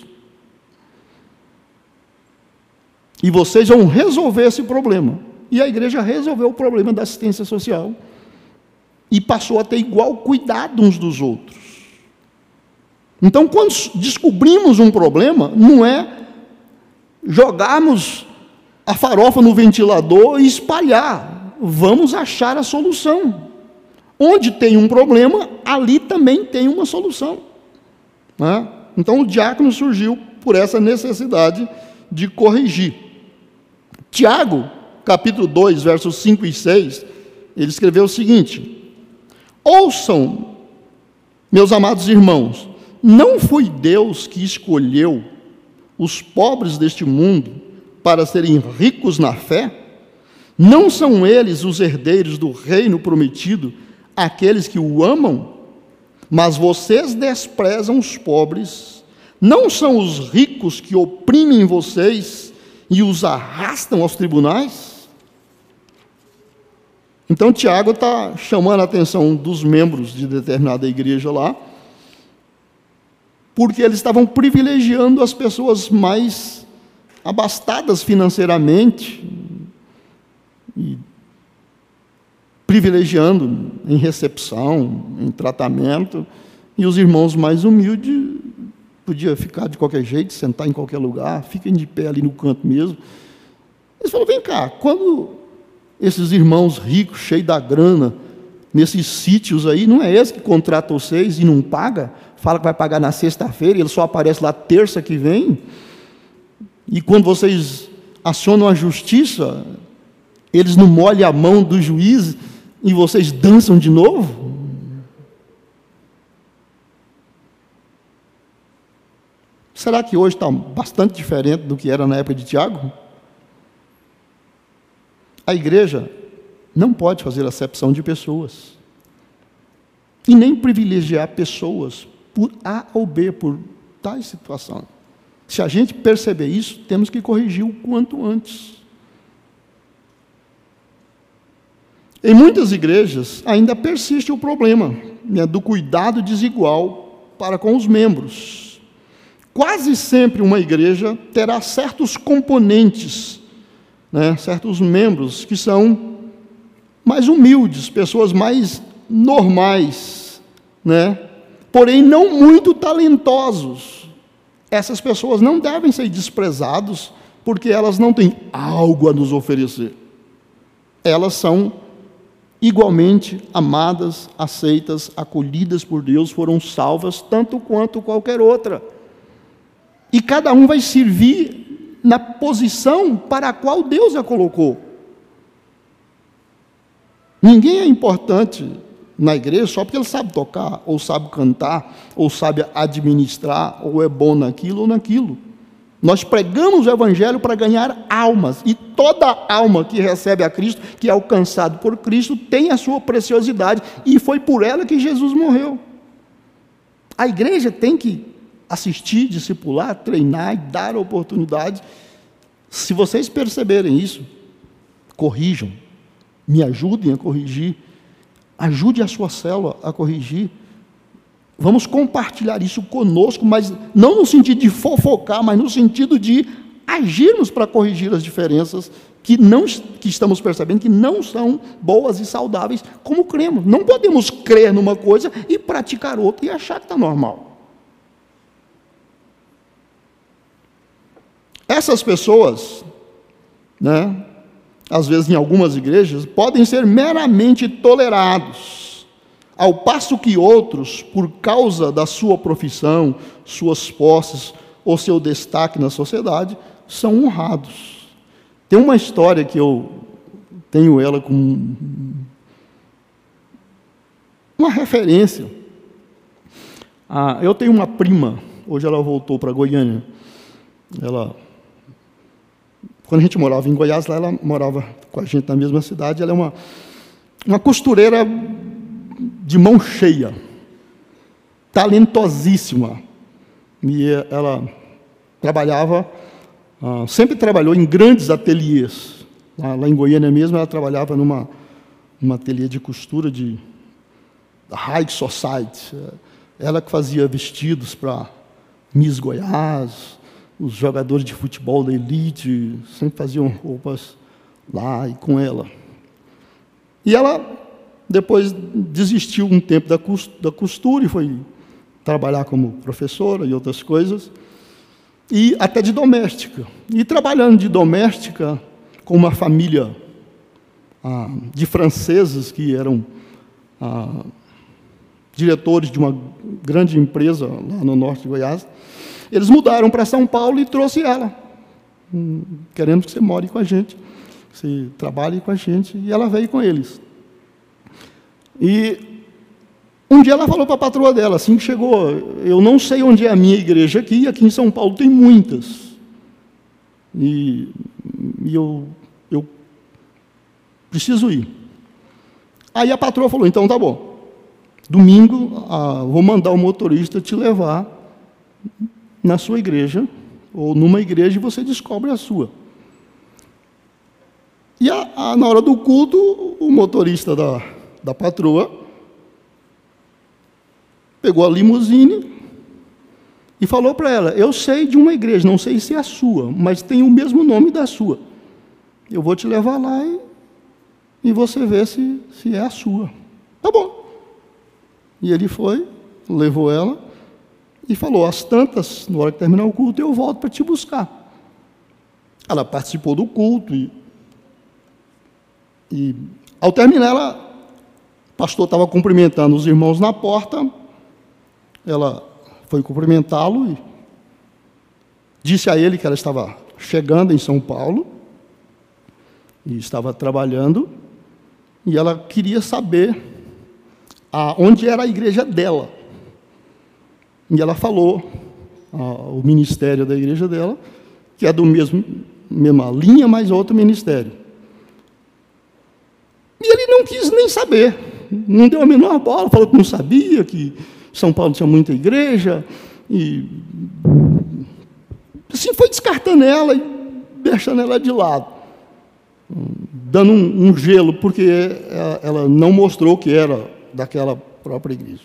E vocês vão resolver esse problema. E a igreja resolveu o problema da assistência social, e passou a ter igual cuidado uns dos outros. Então, quando descobrimos um problema, não é jogarmos a farofa no ventilador e espalhar. Vamos achar a solução. Onde tem um problema, ali também tem uma solução. Né? Então, o diácono surgiu por essa necessidade de corrigir. Tiago, capítulo 2, versos 5 e 6, ele escreveu o seguinte: ouçam, meus amados irmãos, não foi Deus que escolheu os pobres deste mundo para serem ricos na fé? Não são eles os herdeiros do reino prometido, aqueles que o amam? Mas vocês desprezam os pobres. Não são os ricos que oprimem vocês e os arrastam aos tribunais? Então, Tiago está chamando a atenção dos membros de determinada igreja lá, porque eles estavam privilegiando as pessoas mais abastadas financeiramente, e privilegiando em recepção, em tratamento, e os irmãos mais humildes podiam ficar de qualquer jeito, sentar em qualquer lugar, fiquem de pé ali no canto mesmo. Eles falaram: vem cá, quando esses irmãos ricos, cheios da grana, nesses sítios aí, não é esse que contrata vocês e não paga? Fala que vai pagar na sexta-feira, e ele só aparece lá terça que vem? E quando vocês acionam a justiça, eles não molham a mão do juiz e vocês dançam de novo? Será que hoje está bastante diferente do que era na época de Tiago? A igreja não pode fazer acepção de pessoas, e nem privilegiar pessoas por A ou B, por tais situações. Se a gente perceber isso, temos que corrigir o quanto antes. Em muitas igrejas, ainda persiste o problema, né, do cuidado desigual para com os membros. Quase sempre uma igreja terá certos componentes, né, certos membros que são mais humildes, pessoas mais normais, né, porém não muito talentosos. Essas pessoas não devem ser desprezadas porque elas não têm algo a nos oferecer. Elas são igualmente amadas, aceitas, acolhidas por Deus, foram salvas tanto quanto qualquer outra. E cada um vai servir na posição para a qual Deus a colocou. Ninguém é importante na igreja só porque ele sabe tocar, ou sabe cantar, ou sabe administrar, ou é bom naquilo ou naquilo. Nós pregamos o evangelho para ganhar almas, e toda alma que recebe a Cristo, que é alcançado por Cristo, tem a sua preciosidade, e foi por ela que Jesus morreu. A igreja tem que assistir, discipular, treinar e dar oportunidade. Se vocês perceberem isso, corrijam, me ajudem a corrigir, ajude a sua célula a corrigir. Vamos compartilhar isso conosco, mas não no sentido de fofocar, mas no sentido de agirmos para corrigir as diferenças que estamos percebendo que não são boas e saudáveis como cremos. Não podemos crer numa coisa e praticar outra e achar que está normal. Essas pessoas, né, às vezes em algumas igrejas, podem ser meramente tolerados, ao passo que outros, por causa da sua profissão, suas posses ou seu destaque na sociedade, são honrados. Tem uma história que eu tenho ela como uma referência. Eu tenho uma prima, hoje ela voltou para Goiânia. Quando a gente morava em Goiás, lá ela morava com a gente na mesma cidade. Ela é uma costureira de mão cheia, talentosíssima. E ela trabalhava, sempre trabalhou em grandes ateliês. Lá em Goiânia mesmo, ela trabalhava numa ateliê de costura de High Society. Ela que fazia vestidos para Miss Goiás, os jogadores de futebol da elite, sempre faziam roupas lá e com ela. E ela, depois, desistiu um tempo da costura e foi trabalhar como professora e outras coisas, e até de doméstica. E trabalhando de doméstica com uma família de franceses que eram diretores de uma grande empresa lá no norte de Goiás, eles mudaram para São Paulo e trouxe ela. Queremos que você more com a gente, que você trabalhe com a gente. E ela veio com eles. E um dia ela falou para a patroa dela, assim que chegou: eu não sei onde é a minha igreja aqui em São Paulo tem muitas. E eu preciso ir. Aí a patroa falou: então tá bom. Domingo, vou mandar o motorista te levar na sua igreja, ou numa igreja, e você descobre a sua. E na hora do culto, o motorista da patroa pegou a limusine e falou para ela: eu sei de uma igreja, não sei se é a sua, mas tem o mesmo nome da sua. Eu vou te levar lá e você vê se é a sua. Tá bom. E ele foi, levou ela e falou: às tantas, na hora que terminar o culto, eu volto para te buscar. Ela participou do culto e ao terminar, o pastor estava cumprimentando os irmãos na porta. Ela foi cumprimentá-lo e disse a ele que ela estava chegando em São Paulo e estava trabalhando, e ela queria saber onde era a igreja dela. E ela falou ao ministério da igreja dela, que é do mesma linha, mas outro ministério. E ele não quis nem saber, não deu a menor bola, falou que não sabia, que São Paulo tinha muita igreja, e assim foi descartando ela e deixando ela de lado, dando um gelo, porque ela não mostrou que era daquela própria igreja.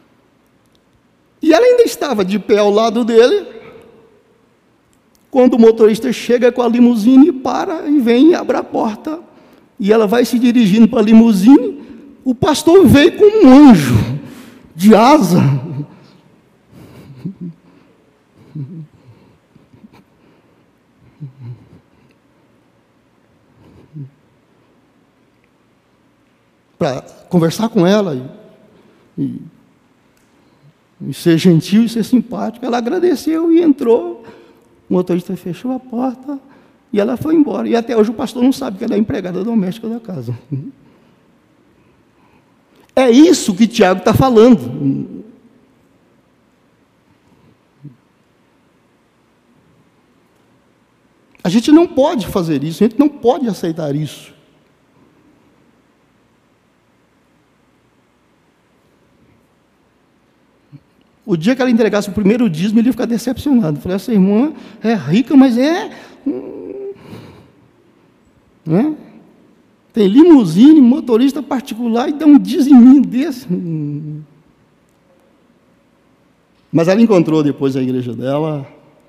E ela ainda estava de pé ao lado dele, quando o motorista chega com a limusine, para e vem e abre a porta, e ela vai se dirigindo para a limusine. O pastor veio com um anjo de asa. Para conversar com ela e ser gentil e ser simpático. Ela agradeceu e entrou. O motorista fechou a porta e ela foi embora. E até hoje o pastor não sabe que ela é empregada doméstica da casa. É isso que Tiago está falando. A gente não pode fazer isso, a gente não pode aceitar isso. O dia que ela entregasse o primeiro dízimo, ele ia ficar decepcionado. Eu falei: essa irmã é rica, mas né? Tem limusine, motorista particular, e dá um dízimo desse. Mas ela encontrou depois a igreja dela.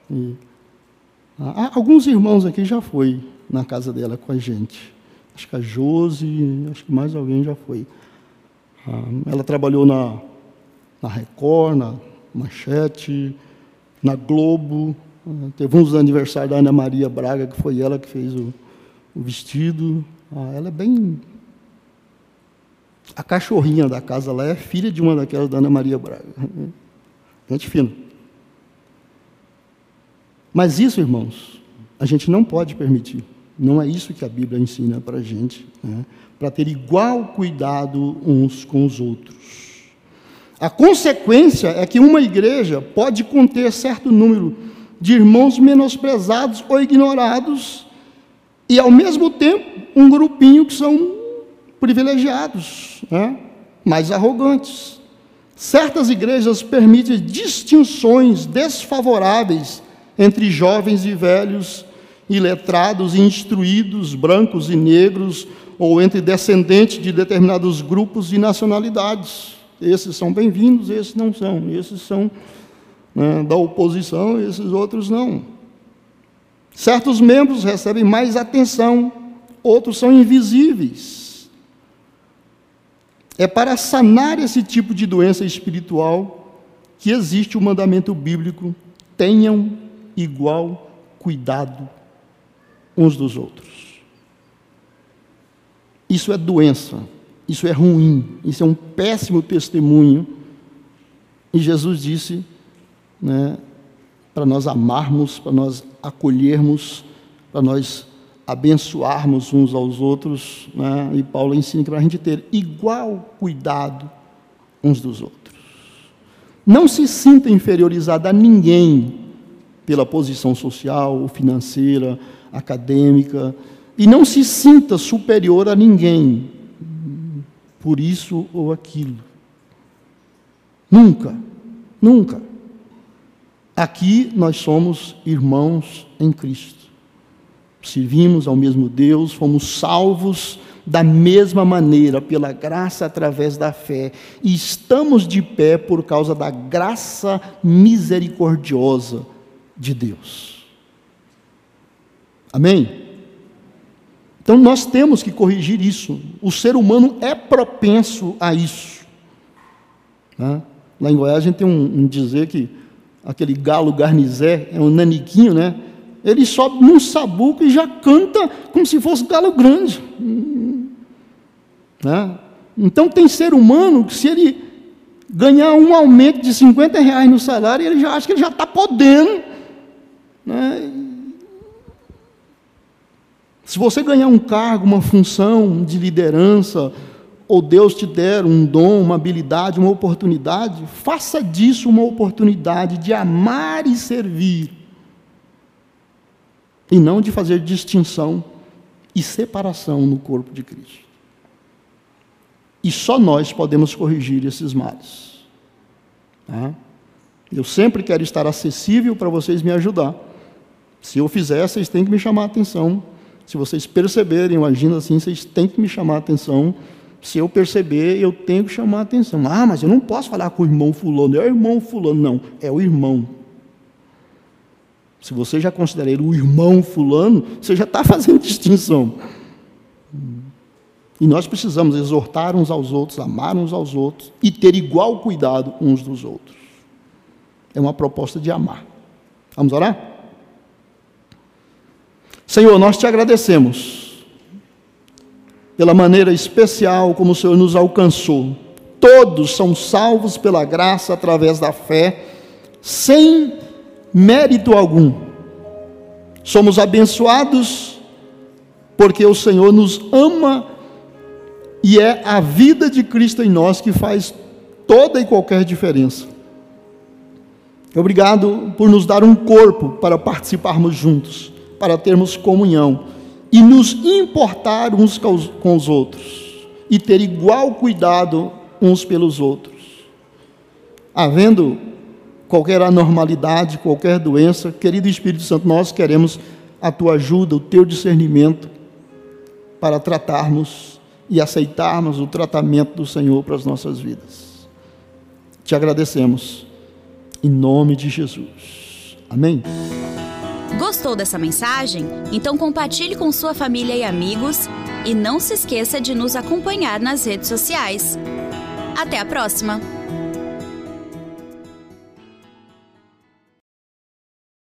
Alguns irmãos aqui já foi na casa dela com a gente. Acho que a Josi, acho que mais alguém já foi. Ela trabalhou na Record, na Manchete, na Globo, Teve uns aniversários da Ana Maria Braga, que foi ela que fez o vestido. Ela é bem... A cachorrinha da casa lá é filha de uma daquelas da Ana Maria Braga. Gente fina. Mas isso, irmãos, a gente não pode permitir. Não é isso que a Bíblia ensina para a gente, né? Para ter igual cuidado uns com os outros. A consequência é que uma igreja pode conter certo número de irmãos menosprezados ou ignorados e, ao mesmo tempo, um grupinho que são privilegiados, né? Mais arrogantes. Certas igrejas permitem distinções desfavoráveis entre jovens e velhos, iletrados e instruídos, brancos e negros, ou entre descendentes de determinados grupos e nacionalidades. Esses são bem-vindos, esses não são. Esses são, né, da oposição, esses outros não. Certos membros recebem mais atenção, outros são invisíveis. É para sanar esse tipo de doença espiritual que existe o mandamento bíblico: tenham igual cuidado uns dos outros. Isso é doença, isso é ruim, isso é um péssimo testemunho. E Jesus disse, né, para nós amarmos, para nós acolhermos, para nós abençoarmos uns aos outros, né? E Paulo ensina para a gente ter igual cuidado uns dos outros. Não se sinta inferiorizado a ninguém pela posição social ou financeira, acadêmica, e não se sinta superior a ninguém por isso ou aquilo. Nunca, nunca. Aqui nós somos irmãos em Cristo. Servimos ao mesmo Deus, fomos salvos da mesma maneira, pela graça através da fé, e estamos de pé por causa da graça misericordiosa de Deus. Amém? Então nós temos que corrigir isso. O ser humano é propenso a isso, né? Lá em Goiás a gente tem um dizer que aquele galo garnizé é um naniquinho, né? Ele sobe num sabuco e já canta como se fosse galo grande, né? Então tem ser humano que, se ele ganhar um aumento de R$50 no salário, ele já acha que ele já está podendo, né? Se você ganhar um cargo, uma função de liderança, ou Deus te der um dom, uma habilidade, uma oportunidade, faça disso uma oportunidade de amar e servir, e não de fazer distinção e separação no corpo de Cristo. E só nós podemos corrigir esses males, tá? Eu sempre quero estar acessível para vocês me ajudar. Se eu fizer, vocês têm que me chamar a atenção. Se vocês perceberem, eu agindo assim, vocês têm que me chamar a atenção. Se eu perceber, eu tenho que chamar a atenção. Ah, mas eu não posso falar com o irmão fulano. É o irmão fulano. Não, é o irmão. Se você já considera ele o irmão fulano, você já está fazendo distinção. E nós precisamos exortar uns aos outros, amar uns aos outros e ter igual cuidado uns dos outros. É uma proposta de amar. Vamos orar? Senhor, nós te agradecemos pela maneira especial como o Senhor nos alcançou. Todos são salvos pela graça através da fé, sem mérito algum. Somos abençoados porque o Senhor nos ama, e é a vida de Cristo em nós que faz toda e qualquer diferença. Obrigado por nos dar um corpo para participarmos juntos, para termos comunhão e nos importar uns com os outros e ter igual cuidado uns pelos outros. Havendo qualquer anormalidade, qualquer doença, querido Espírito Santo, nós queremos a tua ajuda, o teu discernimento para tratarmos e aceitarmos o tratamento do Senhor para as nossas vidas. Te agradecemos em nome de Jesus. Amém? Gostou dessa mensagem? Então compartilhe com sua família e amigos e não se esqueça de nos acompanhar nas redes sociais. Até a próxima!